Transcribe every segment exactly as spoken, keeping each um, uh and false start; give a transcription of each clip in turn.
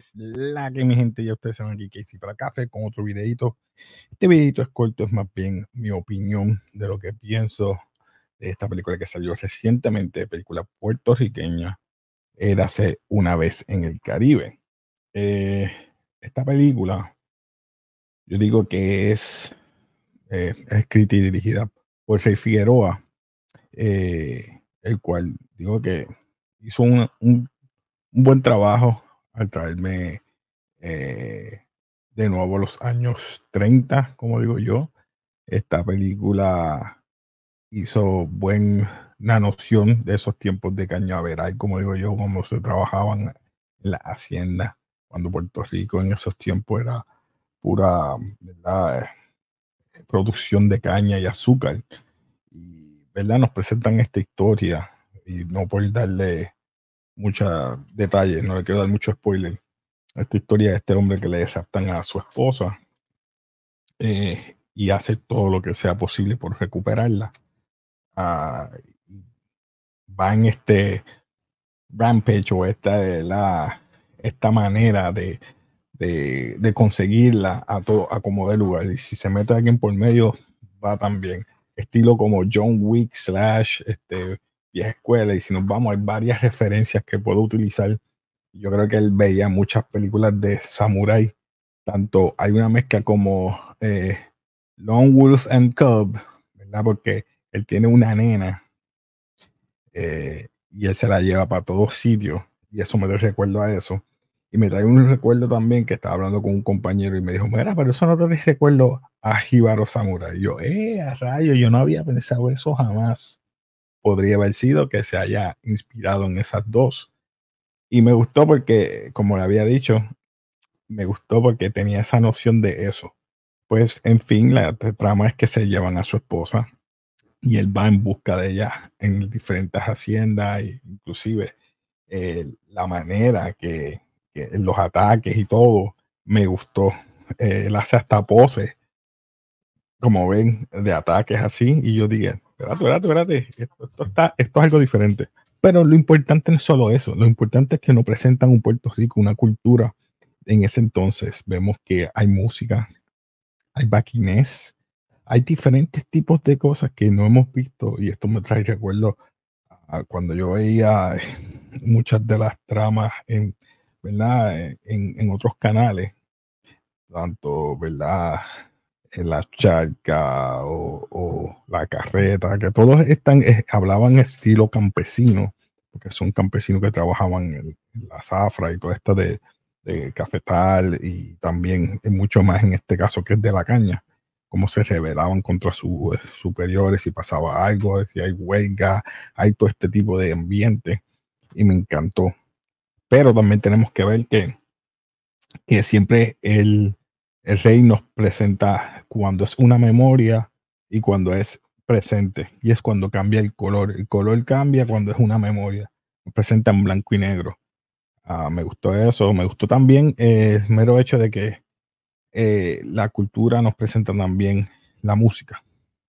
es la que mi gente, ya ustedes saben aquí Casey para Café con otro videito. Este videito es corto, es más bien mi opinión de lo que pienso de esta película que salió recientemente, película puertorriqueña, Érase una vez en el Caribe. Eh, esta película, yo digo que es eh, escrita y dirigida por Rey Figueroa, eh, el cual digo que hizo un, un, un buen trabajo al traerme eh, de nuevo los años treinta, como digo yo. Esta película hizo buena noción de esos tiempos de cañaveral, como digo yo, cómo se trabajaban en la hacienda, cuando Puerto Rico en esos tiempos era pura, ¿verdad?, producción de caña y azúcar. Y, ¿verdad?, nos presentan esta historia, y no por darle muchos detalles, no le quiero dar mucho spoiler. Esta historia de este hombre que le raptan a su esposa, eh, y hace todo lo que sea posible por recuperarla. Ah, va en este rampage o esta, la, esta manera de, de, de conseguirla a todo a como de lugar. Y si se mete alguien por medio, va también. Estilo como John Wick slash este, vieja escuela. Y si nos vamos, hay varias referencias que puedo utilizar. Yo creo que él veía muchas películas de samurai. Tanto hay una mezcla como eh, Lone Wolf and Cub, ¿verdad? Porque él tiene una nena, eh, y él se la lleva para todos sitios. Y eso me da recuerdo a eso. Y me trae un recuerdo también que estaba hablando con un compañero y me dijo, mira, pero eso no te trae recuerdo a Hibaro Samurai. Y yo, eh, a rayo, yo no había pensado eso jamás. Podría haber sido que se haya inspirado en esas dos. Y me gustó porque, como le había dicho, me gustó porque tenía esa noción de eso. Pues, en fin, la trama es que se llevan a su esposa y él va en busca de ella en diferentes haciendas, e inclusive eh, la manera que, que los ataques y todo me gustó. Eh, él hace hasta poses, como ven, de ataques así, y yo dije, espérate, espérate, espérate, esto, esto, está, esto es algo diferente. Pero lo importante no es solo eso, lo importante es que nos presentan un Puerto Rico, una cultura. En ese entonces vemos que hay música, hay baquinés, hay diferentes tipos de cosas que no hemos visto, y esto me trae recuerdo a cuando yo veía eh, muchas de las tramas en, ¿verdad?, en, en otros canales, tanto, ¿verdad?, en La Charca o, o La Carreta, que todos están, eh, hablaban estilo campesino, porque son campesinos que trabajaban en, en la zafra y todo esto de, de cafetal, y también en mucho más en este caso que es de la caña, cómo se rebelaban contra sus eh, superiores si pasaba algo, si hay huelga, hay todo este tipo de ambiente, y me encantó. Pero también tenemos que ver que, que siempre el, el rey nos presenta cuando es una memoria y cuando es presente, y es cuando cambia el color. El color cambia cuando es una memoria. Nos presenta en blanco y negro. Ah, me gustó eso. Me gustó también eh, el mero hecho de que eh, la cultura nos presenta también la música.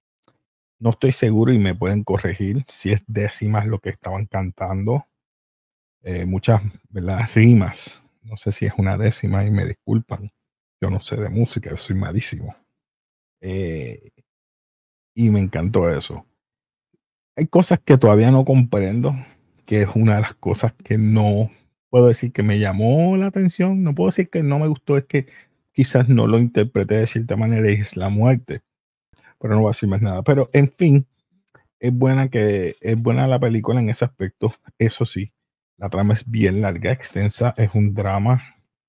No estoy seguro y me pueden corregir si es décimas lo que estaban cantando. Eh, muchas, ¿verdad?, rimas. No sé si es una décima y me disculpan. Yo no sé de música, yo soy malísimo. Eh, y me encantó eso. Hay cosas que todavía no comprendo, que es una de las cosas que no puedo decir que me llamó la atención. No puedo decir que no me gustó, es que quizás no lo interpreté de cierta manera y es la muerte. Pero no voy a decir más nada. Pero en fin, es buena que es buena la película en ese aspecto. Eso sí, la trama es bien larga, extensa. Es un drama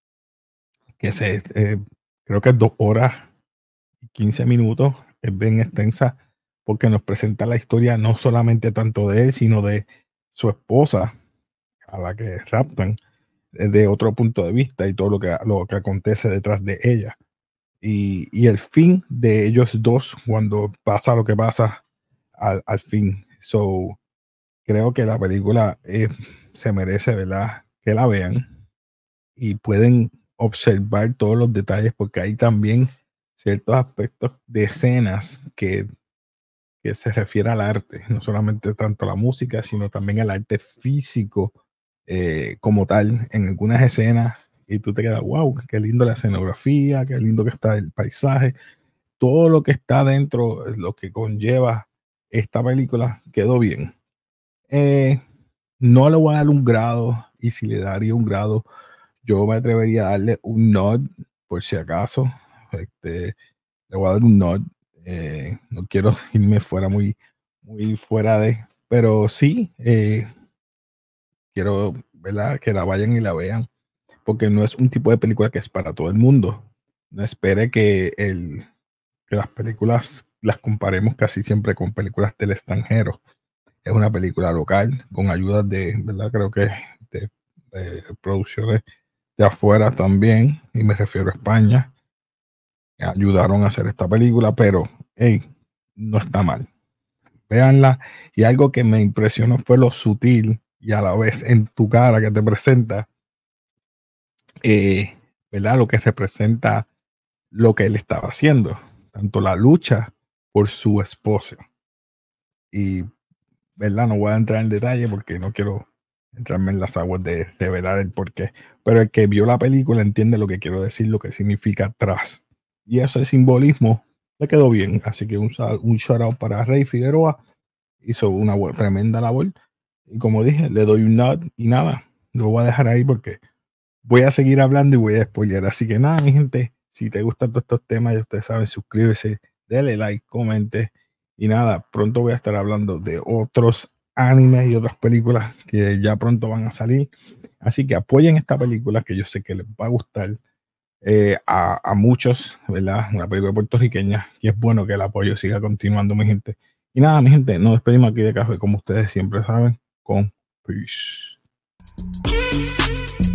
que se eh, creo que es dos horas y quince minutos. Es bien extensa porque nos presenta la historia no solamente tanto de él, sino de su esposa, a la que raptan, desde otro punto de vista, y todo lo que, lo que acontece detrás de ella. Y, y el fin de ellos dos cuando pasa lo que pasa al, al fin. So, creo que la película eh, se merece, ¿verdad?, que la vean y pueden observar todos los detalles, porque hay también ciertos aspectos de escenas que, que se refiere al arte, no solamente tanto la música, sino también al arte físico, eh, como tal, en algunas escenas y tú te quedas, wow, qué lindo la escenografía, qué lindo que está el paisaje, todo lo que está dentro, lo que conlleva esta película, quedó bien. Eh, no le voy a dar un grado, y si le daría un grado, yo me atrevería a darle un nod, por si acaso. Este, le voy a dar un nod. Eh, no quiero irme fuera muy, muy fuera de, pero sí, eh, quiero, ¿verdad? Que la vayan y la vean, porque no es un tipo de película que es para todo el mundo. No espere que, el, que las películas las comparemos casi siempre con películas del extranjero. Es una película local, con ayudas de, ¿verdad? Creo que de, de producciones de afuera también, y me refiero a España, que ayudaron a hacer esta película, pero hey, no está mal. Véanla. Y algo que me impresionó fue lo sutil y a la vez en tu cara que te presenta, eh, ¿verdad? Lo que representa lo que él estaba haciendo, tanto la lucha por su esposa. Y, ¿verdad? No voy a entrar en detalle porque no quiero entrarme en las aguas de revelar el porqué, pero el que vio la película entiende lo que quiero decir, lo que significa atrás. Y ese simbolismo le quedó bien. Así que un, un shout out para Rey Figueroa. Hizo una buena, tremenda labor. Y como dije, le doy un nod y nada. Lo voy a dejar ahí porque voy a seguir hablando y voy a spoiler. Así que nada, mi gente, si te gustan todos estos temas, ya ustedes saben, suscríbese, denle like, comente. Y nada, pronto voy a estar hablando de otros animes y otras películas que ya pronto van a salir. Así que apoyen esta película que yo sé que les va a gustar eh, a, a muchos, ¿verdad? Una película puertorriqueña y es bueno que el apoyo siga continuando, mi gente. Y nada, mi gente, nos despedimos aquí de café, como ustedes siempre saben, con peace.